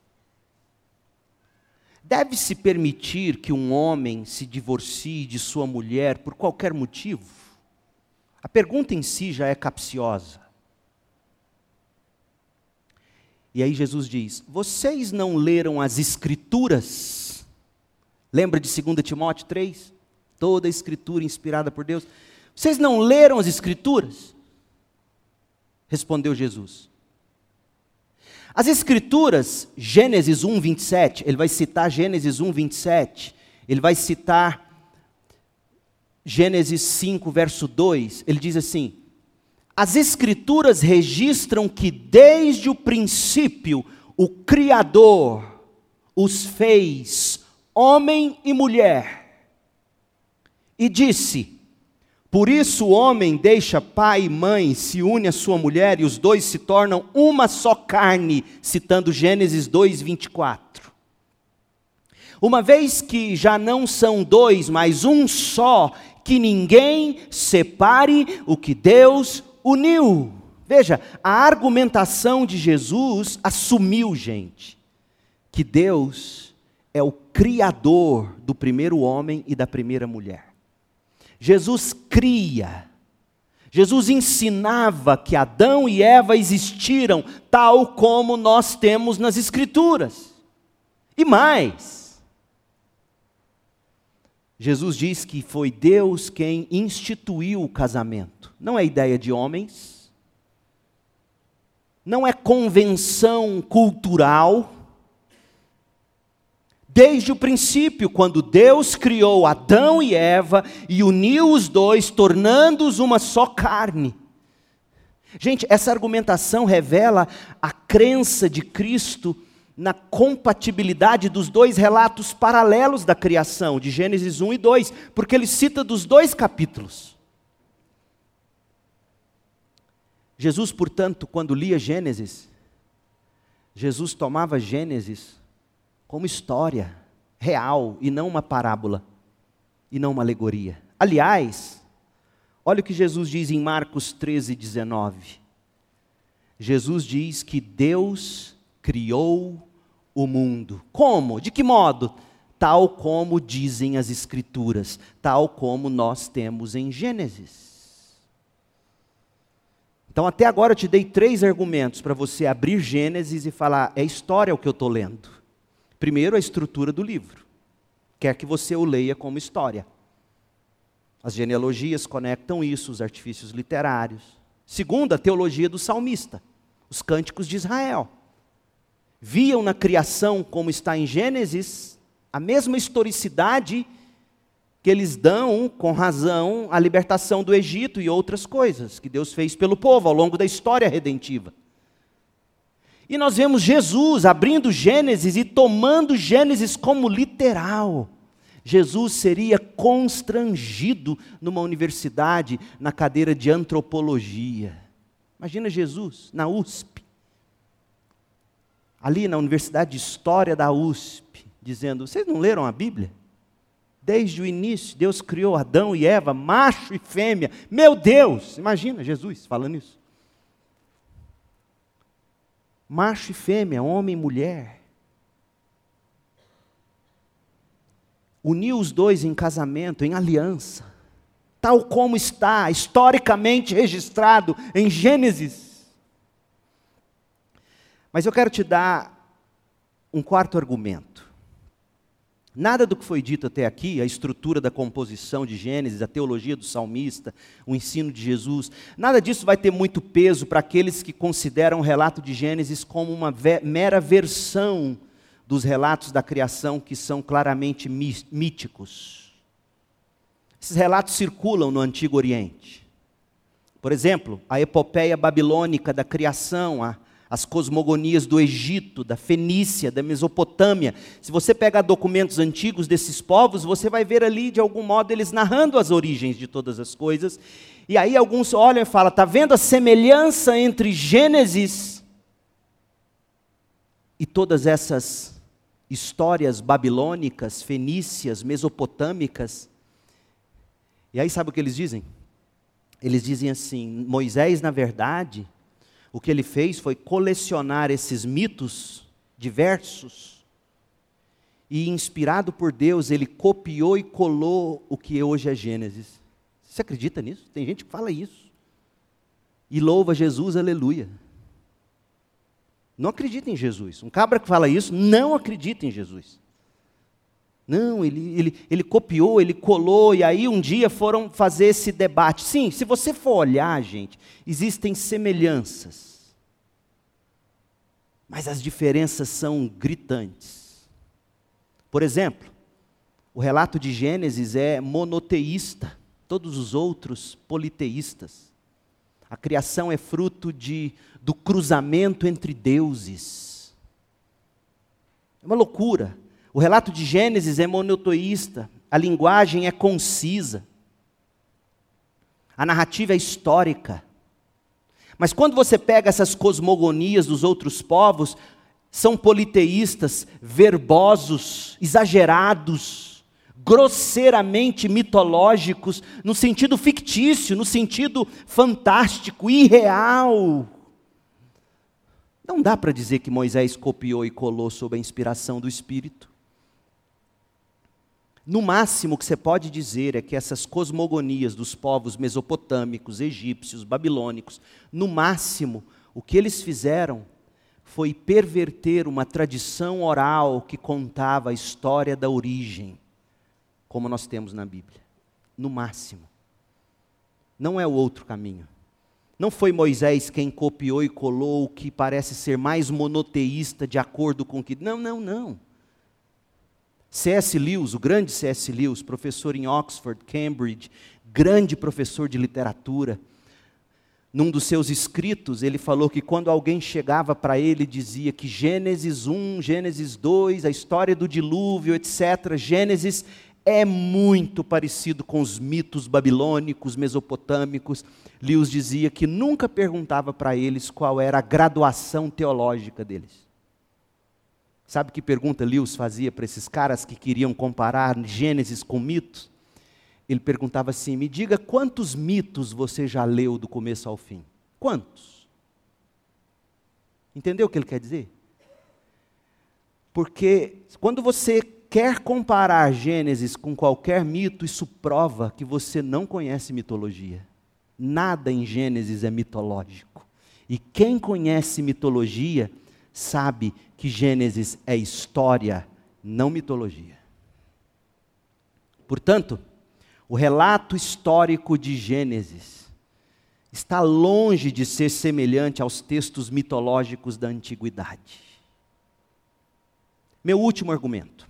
deve-se permitir que um homem se divorcie de sua mulher por qualquer motivo? A pergunta em si já é capciosa. E aí Jesus diz: vocês não leram as Escrituras? Lembra de 2 Timóteo 3? Toda a Escritura inspirada por Deus. Vocês não leram as Escrituras? Respondeu Jesus. As Escrituras, Gênesis 1, 27, ele vai citar Gênesis 1, 27, ele vai citar Gênesis 5, verso 2, ele diz assim: as Escrituras registram que desde o princípio o Criador os fez homem e mulher, e disse: por isso o homem deixa pai e mãe, se une à sua mulher e os dois se tornam uma só carne, citando Gênesis 2, 24. Uma vez que já não são dois, mas um só, que ninguém separe o que Deus uniu. Veja, a argumentação de Jesus assumiu, gente, que Deus é o criador do primeiro homem e da primeira mulher. Jesus cria, Jesus ensinava que Adão e Eva existiram, tal como nós temos nas Escrituras. E mais, Jesus diz que foi Deus quem instituiu o casamento. Não é ideia de homens, não é convenção cultural. Desde o princípio, quando Deus criou Adão e Eva e uniu os dois, tornando-os uma só carne. Gente, essa argumentação revela a crença de Cristo na compatibilidade dos dois relatos paralelos da criação, de Gênesis 1 e 2, porque ele cita dos dois capítulos. Jesus, portanto, quando lia Gênesis, Jesus tomava Gênesis como história real e não uma parábola, e não uma alegoria. Aliás, olha o que Jesus diz em Marcos 13, 19. Jesus diz que Deus criou o mundo. Como? De que modo? Tal como dizem as Escrituras, tal como nós temos em Gênesis. Então até agora eu te dei 3 argumentos para você abrir Gênesis e falar: é história o que eu estou lendo. Primeiro, a estrutura do livro. Quer que você o leia como história. As genealogias conectam isso, os artifícios literários. Segundo, a teologia do salmista, os cânticos de Israel. Viam na criação, como está em Gênesis, a mesma historicidade que eles dão, com razão, à libertação do Egito e outras coisas que Deus fez pelo povo ao longo da história redentiva. E nós vemos Jesus abrindo Gênesis e tomando Gênesis como literal. Jesus seria constrangido numa universidade na cadeira de antropologia. Imagina Jesus na USP, ali na Universidade de História da USP, dizendo: vocês não leram a Bíblia? Desde o início, Deus criou Adão e Eva, macho e fêmea. Meu Deus! Imagina Jesus falando isso. Macho e fêmea, homem e mulher. Uniu os dois em casamento, em aliança, tal como está historicamente registrado em Gênesis. Mas eu quero te dar um quarto argumento. Nada do que foi dito até aqui, a estrutura da composição de Gênesis, a teologia do salmista, o ensino de Jesus, nada disso vai ter muito peso para aqueles que consideram o relato de Gênesis como uma mera versão dos relatos da criação que são claramente míticos. Esses relatos circulam no Antigo Oriente. Por exemplo, a epopeia babilônica da criação, as cosmogonias do Egito, da Fenícia, da Mesopotâmia. Se você pegar documentos antigos desses povos, você vai ver ali, de algum modo, eles narrando as origens de todas as coisas. E aí alguns olham e falam: está vendo a semelhança entre Gênesis e todas essas histórias babilônicas, fenícias, mesopotâmicas? E aí sabe o que eles dizem? Eles dizem assim: Moisés, na verdade, o que ele fez foi colecionar esses mitos diversos e, inspirado por Deus, ele copiou e colou o que hoje é Gênesis. Você acredita nisso? Tem gente que fala isso. E louva Jesus, aleluia. Não acredita em Jesus. Um cabra que fala isso não acredita em Jesus. Não, ele copiou, ele colou, e aí um dia foram fazer esse debate. Sim, se você for olhar, gente, existem semelhanças, mas as diferenças são gritantes. Por exemplo, o relato de Gênesis é monoteísta, todos os outros politeístas. A criação é fruto do cruzamento entre deuses. É uma loucura. O relato de Gênesis é monoteísta, a linguagem é concisa, a narrativa é histórica. Mas quando você pega essas cosmogonias dos outros povos, são politeístas, verbosos, exagerados, grosseiramente mitológicos, no sentido fictício, no sentido fantástico, irreal. Não dá para dizer que Moisés copiou e colou sob a inspiração do Espírito. No máximo, o que você pode dizer é que essas cosmogonias dos povos mesopotâmicos, egípcios, babilônicos, no máximo, o que eles fizeram foi perverter uma tradição oral que contava a história da origem, como nós temos na Bíblia. No máximo. Não é o outro caminho. Não foi Moisés quem copiou e colou o que parece ser mais monoteísta de acordo com o que... Não. C.S. Lewis, o grande C.S. Lewis, professor em Oxford, Cambridge, grande professor de literatura, num dos seus escritos, ele falou que quando alguém chegava para ele e dizia que Gênesis 1, Gênesis 2, a história do dilúvio, etc., Gênesis é muito parecido com os mitos babilônicos, mesopotâmicos, Lewis dizia que nunca perguntava para eles qual era a graduação teológica deles. Sabe que pergunta Lewis fazia para esses caras que queriam comparar Gênesis com mitos? Ele perguntava assim: me diga quantos mitos você já leu do começo ao fim? Quantos? Entendeu o que ele quer dizer? Porque quando você quer comparar Gênesis com qualquer mito, isso prova que você não conhece mitologia. Nada em Gênesis é mitológico. E quem conhece mitologia sabe que Gênesis é história, não mitologia. Portanto, o relato histórico de Gênesis está longe de ser semelhante aos textos mitológicos da antiguidade. Meu último argumento.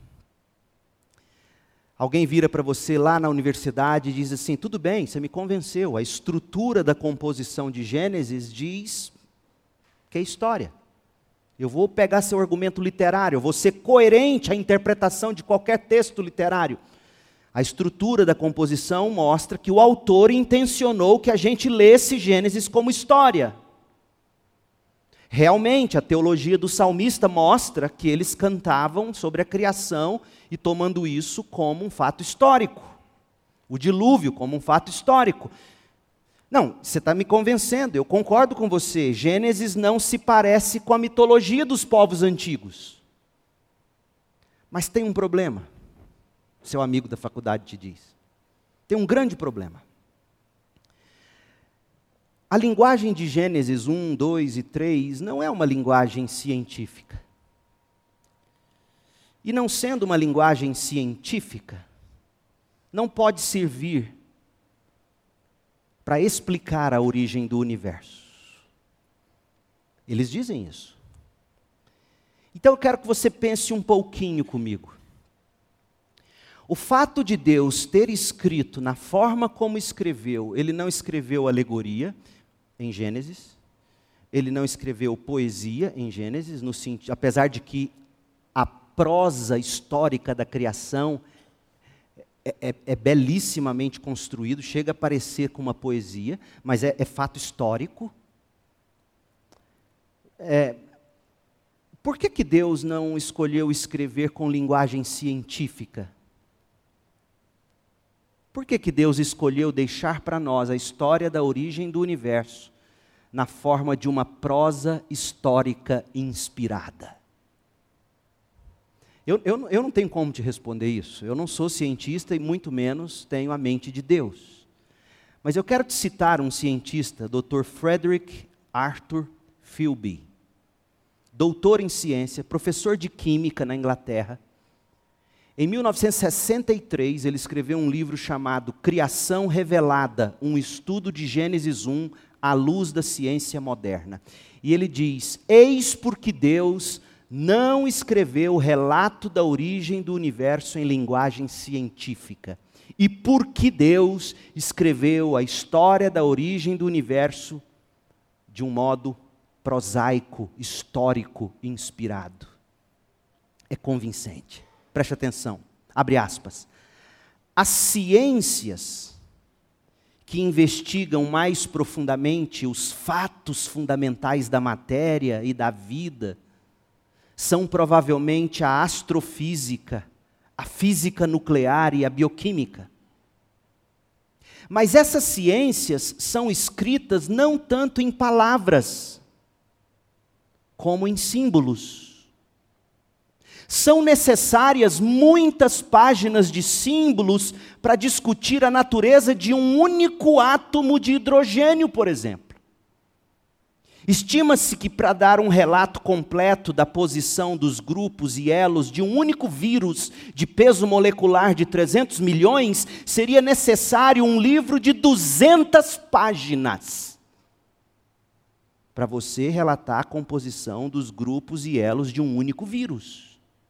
Alguém vira para você lá na universidade e diz assim: tudo bem, você me convenceu, a estrutura da composição de Gênesis diz que é história. Eu vou pegar seu argumento literário, eu vou ser coerente à interpretação de qualquer texto literário. A estrutura da composição mostra que o autor intencionou que a gente lesse Gênesis como história. Realmente, a teologia do salmista mostra que eles cantavam sobre a criação e tomando isso como um fato histórico. O dilúvio como um fato histórico. Não, você está me convencendo, eu concordo com você. Gênesis não se parece com a mitologia dos povos antigos. Mas tem um problema, seu amigo da faculdade te diz. Tem um grande problema. A linguagem de Gênesis 1, 2 e 3 não é uma linguagem científica. E não sendo uma linguagem científica, não pode servir para explicar a origem do universo. Eles dizem isso. Então eu quero que você pense um pouquinho comigo. O fato de Deus ter escrito na forma como escreveu, ele não escreveu alegoria em Gênesis, ele não escreveu poesia em Gênesis, no sentido, apesar de que a prosa histórica da criação é belíssimamente construído, chega a parecer com uma poesia, mas é fato histórico. Por que Deus não escolheu escrever com linguagem científica? Por que Deus escolheu deixar para nós a história da origem do universo na forma de uma prosa histórica inspirada? Eu não tenho como te responder isso. Eu não sou cientista e muito menos tenho a mente de Deus. Mas eu quero te citar um cientista, Dr. Frederick Arthur Philby, doutor em ciência, professor de química na Inglaterra. Em 1963, ele escreveu um livro chamado Criação Revelada, um estudo de Gênesis 1 à luz da ciência moderna. E ele diz: eis porque Deus não escreveu o relato da origem do universo em linguagem científica. E porque Deus escreveu a história da origem do universo de um modo prosaico, histórico, inspirado. É convincente. Preste atenção, abre aspas. As ciências que investigam mais profundamente os fatos fundamentais da matéria e da vida são provavelmente a astrofísica, a física nuclear e a bioquímica. Mas essas ciências são escritas não tanto em palavras, como em símbolos. São necessárias muitas páginas de símbolos para discutir a natureza de um único átomo de hidrogênio, por exemplo. Estima-se que para dar um relato completo da posição dos grupos e elos de um único vírus de peso molecular de 300 milhões, seria necessário um livro de 200 páginas para você relatar a composição dos grupos e elos de um único vírus.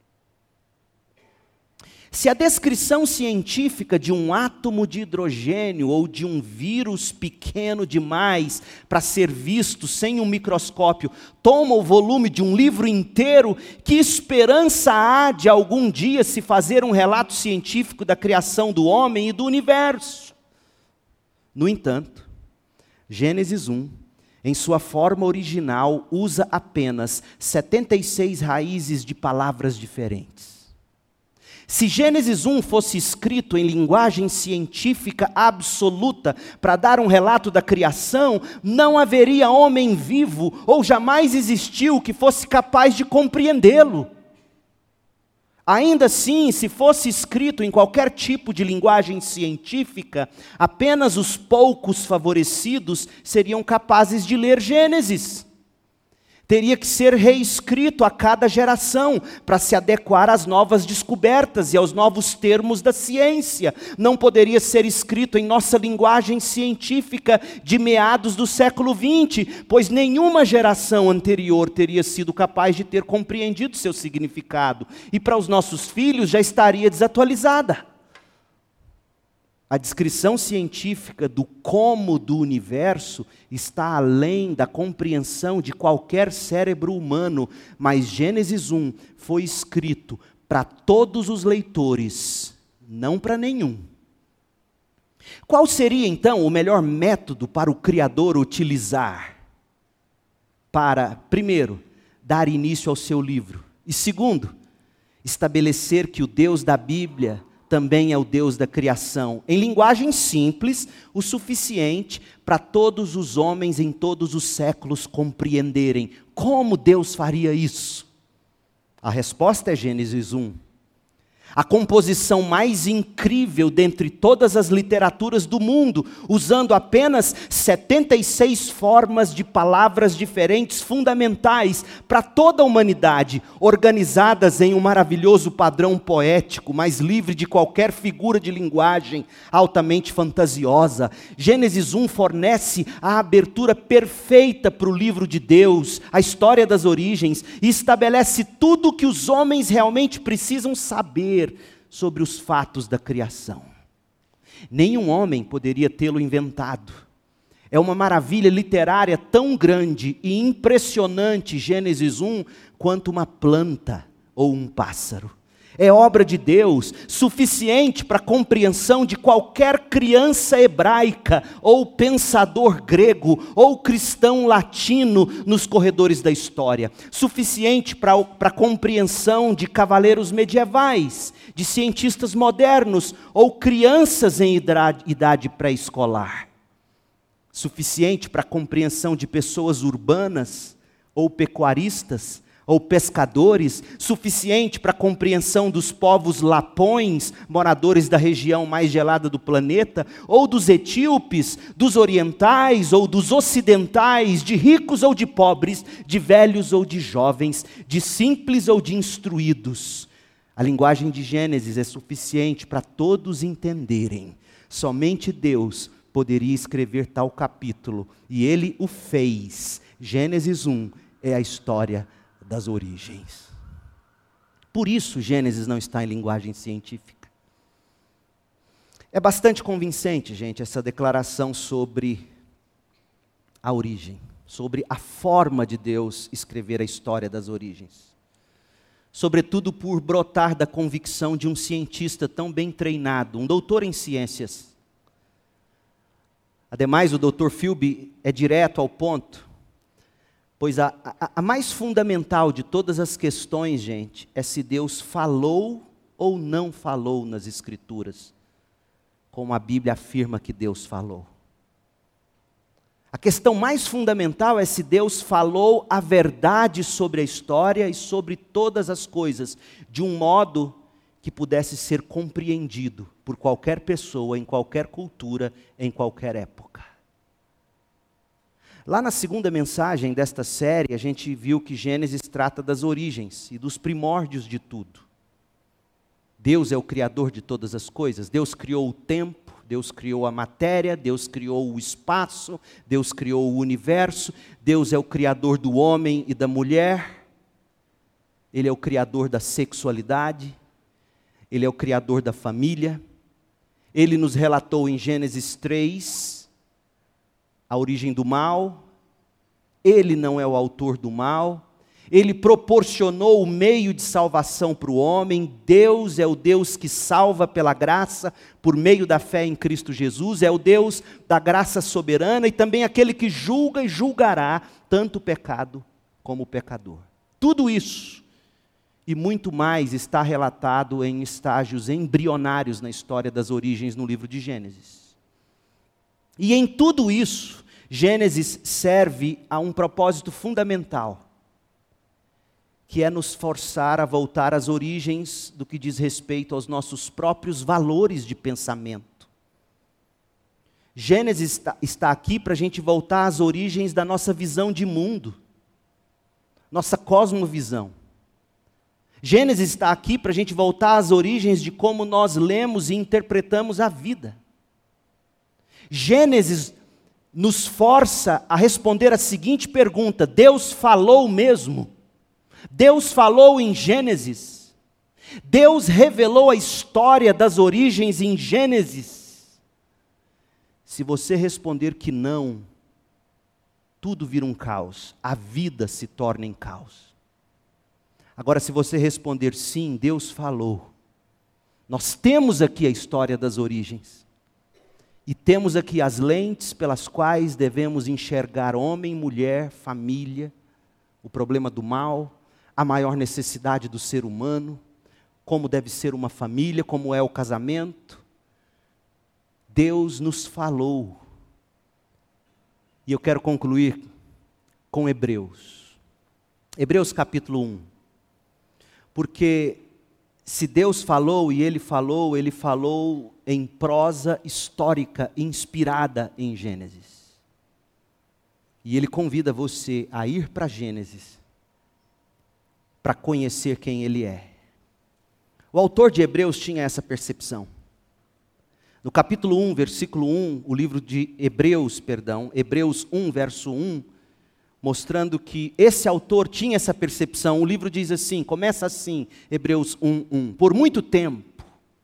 Se a descrição científica de um átomo de hidrogênio ou de um vírus pequeno demais para ser visto sem um microscópio toma o volume de um livro inteiro, que esperança há de algum dia se fazer um relato científico da criação do homem e do universo? No entanto, Gênesis 1, em sua forma original, usa apenas 76 raízes de palavras diferentes. Se Gênesis 1 fosse escrito em linguagem científica absoluta para dar um relato da criação, não haveria homem vivo ou jamais existiu que fosse capaz de compreendê-lo. Ainda assim, se fosse escrito em qualquer tipo de linguagem científica, apenas os poucos favorecidos seriam capazes de ler Gênesis. Teria que ser reescrito a cada geração para se adequar às novas descobertas e aos novos termos da ciência. Não poderia ser escrito em nossa linguagem científica de meados do século XX, pois nenhuma geração anterior teria sido capaz de ter compreendido seu significado. E para os nossos filhos já estaria desatualizada. A descrição científica do como do universo está além da compreensão de qualquer cérebro humano, mas Gênesis 1 foi escrito para todos os leitores não para nenhum. Qual seria então o melhor método para o Criador utilizar para, primeiro, dar início ao seu livro, e segundo, estabelecer que o Deus da Bíblia também é o Deus da criação, em linguagem simples, o suficiente para todos os homens em todos os séculos compreenderem? Como Deus faria isso? A resposta é Gênesis 1. A composição mais incrível dentre todas as literaturas do mundo, usando apenas 76 formas de palavras diferentes fundamentais para toda a humanidade, organizadas em um maravilhoso padrão poético, mais livre de qualquer figura de linguagem altamente fantasiosa. Gênesis 1 fornece a abertura perfeita para o livro de Deus, a história das origens, e estabelece tudo o que os homens realmente precisam saber sobre os fatos da criação. Nenhum homem poderia tê-lo inventado. É uma maravilha literária tão grande e impressionante, Gênesis 1, quanto uma planta ou um pássaro. É obra de Deus, suficiente para a compreensão de qualquer criança hebraica, ou pensador grego, ou cristão latino nos corredores da história. Suficiente para a compreensão de cavaleiros medievais, de cientistas modernos, ou crianças em idade pré-escolar. Suficiente para a compreensão de pessoas urbanas, ou pecuaristas, ou pescadores, suficiente para a compreensão dos povos lapões, moradores da região mais gelada do planeta, ou dos etíopes, dos orientais ou dos ocidentais, de ricos ou de pobres, de velhos ou de jovens, de simples ou de instruídos. A linguagem de Gênesis é suficiente para todos entenderem. Somente Deus poderia escrever tal capítulo, e Ele o fez. Gênesis 1 é a história das origens. Por isso, Gênesis não está em linguagem científica. É bastante convincente, gente, essa declaração sobre a origem, sobre a forma de Deus escrever a história das origens. Sobretudo por brotar da convicção de um cientista tão bem treinado, um doutor em ciências. Ademais, o Dr. Philby é direto ao ponto. Pois a mais fundamental de todas as questões, gente, é se Deus falou ou não falou nas Escrituras, como a Bíblia afirma que Deus falou. A questão mais fundamental é se Deus falou a verdade sobre a história e sobre todas as coisas, de um modo que pudesse ser compreendido por qualquer pessoa, em qualquer cultura, em qualquer época. Lá na segunda mensagem desta série, a gente viu que Gênesis trata das origens e dos primórdios de tudo. Deus é o criador de todas as coisas. Deus criou o tempo, Deus criou a matéria, Deus criou o espaço, Deus criou o universo, Deus é o criador do homem e da mulher, Ele é o criador da sexualidade, Ele é o criador da família. Ele nos relatou em Gênesis 3, a origem do mal. Ele não é o autor do mal. Ele proporcionou o meio de salvação para o homem. Deus é o Deus que salva pela graça, por meio da fé em Cristo Jesus. É o Deus da graça soberana e também aquele que julga e julgará tanto o pecado como o pecador. Tudo isso e muito mais está relatado em estágios embrionários na história das origens no livro de Gênesis. E em tudo isso, Gênesis serve a um propósito fundamental, que é nos forçar a voltar às origens do que diz respeito aos nossos próprios valores de pensamento. Gênesis está aqui para a gente voltar às origens da nossa visão de mundo, nossa cosmovisão. Gênesis está aqui para a gente voltar às origens de como nós lemos e interpretamos a vida. Gênesis nos força a responder a seguinte pergunta: Deus falou mesmo? Deus falou em Gênesis? Deus revelou a história das origens em Gênesis? Se você responder que não, tudo vira um caos, a vida se torna em caos. Agora, se você responder sim, Deus falou, Nós temos aqui a história das origens. E temos aqui as lentes pelas quais devemos enxergar homem, mulher, família, o problema do mal, a maior necessidade do ser humano, como deve ser uma família, como é o casamento. Deus nos falou. E eu quero concluir com Hebreus. Hebreus capítulo 1. Porque se Deus falou e Ele falou em prosa histórica, inspirada em Gênesis. E Ele convida você a ir para Gênesis, para conhecer quem Ele é. O autor de Hebreus tinha essa percepção. No capítulo 1, versículo 1, o livro de Hebreus 1, verso 1, mostrando que esse autor tinha essa percepção. O livro diz assim, começa assim, Hebreus 1, 1. Por muito tempo,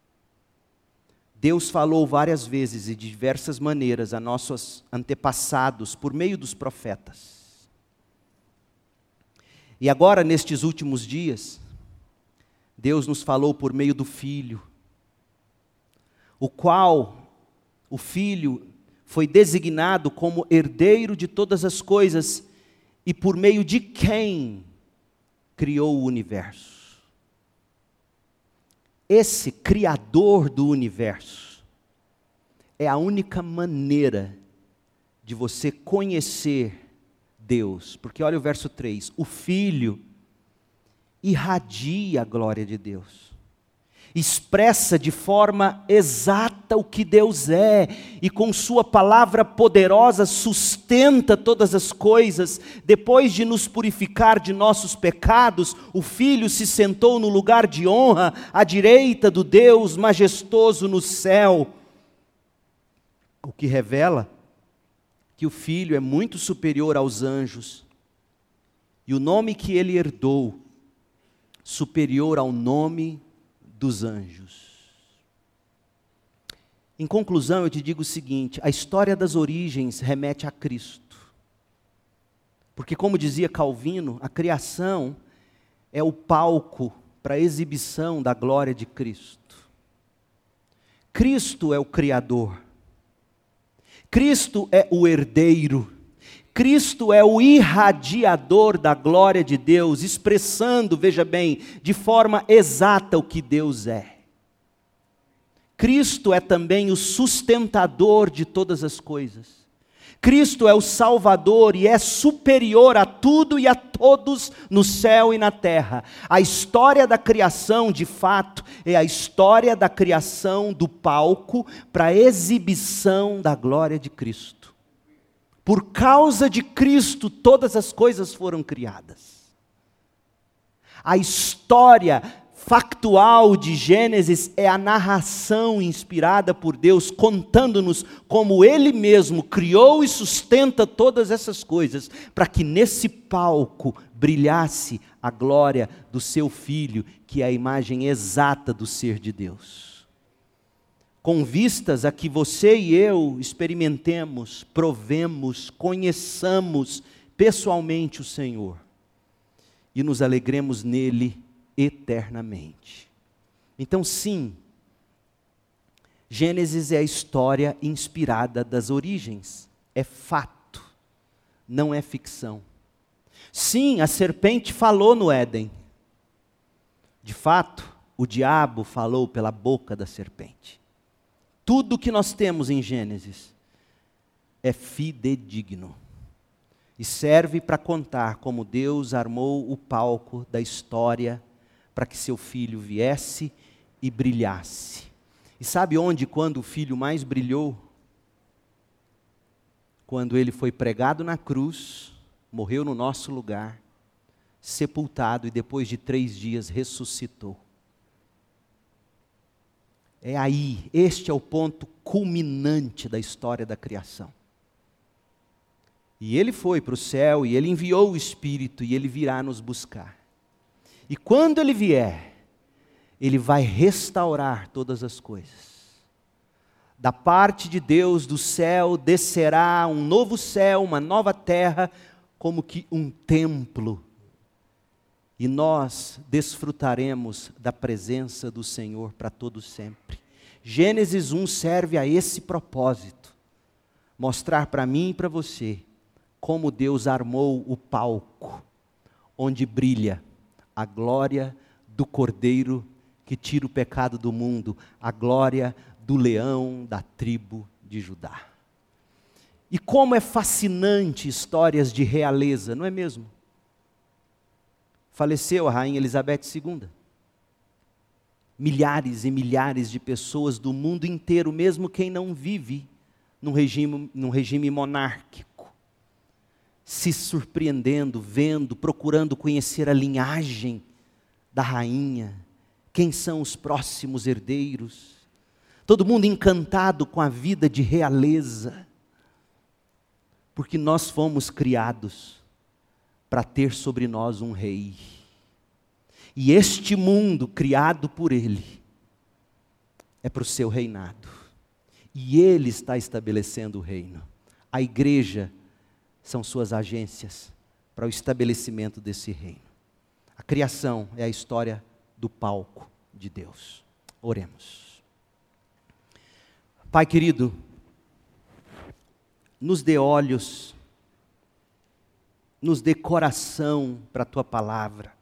Deus falou várias vezes e de diversas maneiras a nossos antepassados por meio dos profetas. E agora, nestes últimos dias, Deus nos falou por meio do Filho, o qual, o Filho, foi designado como herdeiro de todas as coisas e por meio de quem criou o universo. Esse Criador do universo é a única maneira de você conhecer Deus. Porque olha o verso 3, o Filho irradia a glória de Deus. Expressa de forma exata o que Deus é, e com sua palavra poderosa sustenta todas as coisas. Depois de nos purificar de nossos pecados, o Filho se sentou no lugar de honra, à direita do Deus majestoso no céu. O que revela que o Filho é muito superior aos anjos, e o nome que ele herdou, superior ao nome dos anjos. Em conclusão, eu te digo o seguinte: a história das origens remete a Cristo. Porque, como dizia Calvino, a criação é o palco para a exibição da glória de Cristo. Cristo é o Criador. Cristo é o herdeiro. Cristo é o irradiador da glória de Deus, expressando, veja bem, de forma exata o que Deus é. Cristo é também o sustentador de todas as coisas. Cristo é o Salvador e é superior a tudo e a todos no céu e na terra. A história da criação, de fato, é a história da criação do palco para a exibição da glória de Cristo. Por causa de Cristo, todas as coisas foram criadas. A história factual de Gênesis é a narração inspirada por Deus, contando-nos como Ele mesmo criou e sustenta todas essas coisas, para que nesse palco brilhasse a glória do seu Filho, que é a imagem exata do ser de Deus. Com vistas a que você e eu experimentemos, provemos, conheçamos pessoalmente o Senhor e nos alegremos nele eternamente. Então, sim, Gênesis é a história inspirada das origens, é fato, não é ficção. Sim, a serpente falou no Éden. De fato, o diabo falou pela boca da serpente. Tudo que nós temos em Gênesis é fidedigno e serve para contar como Deus armou o palco da história para que seu Filho viesse e brilhasse. E sabe onde, quando o Filho mais brilhou? Quando ele foi pregado na cruz, morreu no nosso lugar, sepultado e depois de 3 dias ressuscitou. É aí, este é o ponto culminante da história da criação. E ele foi para o céu, e ele enviou o Espírito, e ele virá nos buscar. E quando ele vier, ele vai restaurar todas as coisas. Da parte de Deus, do céu, descerá um novo céu, uma nova terra, como que um templo. e nós desfrutaremos da presença do Senhor para todo sempre. Gênesis 1 serve a esse propósito, mostrar para mim e para você como Deus armou o palco, onde brilha a glória do Cordeiro que tira o pecado do mundo, a glória do leão da tribo de Judá. E como é fascinante histórias de realeza, não é mesmo? Faleceu a rainha Elizabeth II. Milhares e milhares de pessoas do mundo inteiro, mesmo quem não vive num regime monárquico, se surpreendendo, vendo, procurando conhecer a linhagem da rainha, quem são os próximos herdeiros. Todo mundo encantado com a vida de realeza, porque nós fomos criados para ter sobre nós um rei. E este mundo criado por Ele é para o seu reinado. E Ele está estabelecendo o reino. A igreja são suas agências para o estabelecimento desse reino. A criação é a história do palco de Deus. Oremos. Pai querido, nos dê olhos, nos dê coração para a Tua palavra.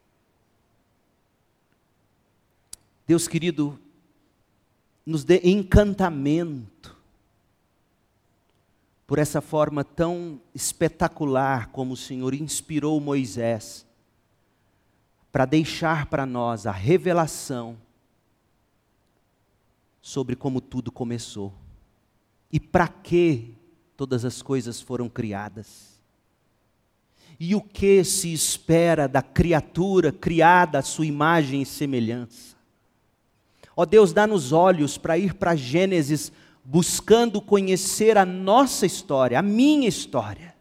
Deus querido, nos dê encantamento por essa forma tão espetacular como o Senhor inspirou Moisés para deixar para nós a revelação sobre como tudo começou e para que todas as coisas foram criadas. E o que se espera da criatura criada à sua imagem e semelhança. Ó Deus, dá-nos olhos para ir para Gênesis, buscando conhecer a nossa história, a minha história.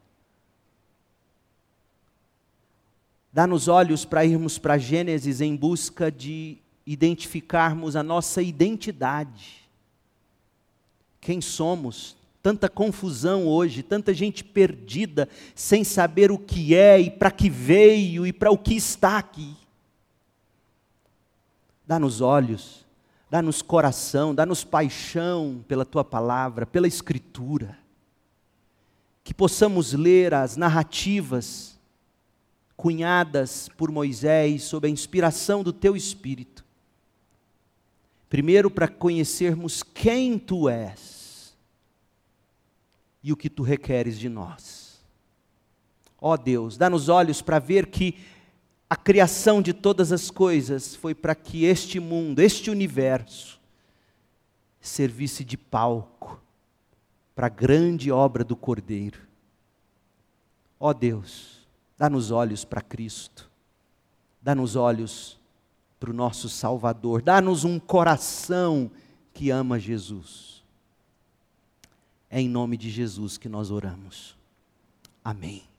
Dá-nos olhos para irmos para Gênesis em busca de identificarmos a nossa identidade. Quem somos? Tanta confusão hoje, tanta gente perdida, sem saber o que é e para que veio e para o que está aqui. Dá-nos olhos, dá-nos coração, dá-nos paixão pela Tua palavra, pela Escritura. Que possamos ler as narrativas cunhadas por Moisés sob a inspiração do Teu Espírito. Primeiro para conhecermos quem Tu és e o que Tu requeres de nós. Ó Deus, dá-nos olhos para ver que a criação de todas as coisas foi para que este mundo, este universo, servisse de palco para a grande obra do Cordeiro. Ó Deus, dá-nos olhos para Cristo, dá-nos olhos para o nosso Salvador, dá-nos um coração que ama Jesus. É em nome de Jesus que nós oramos. Amém.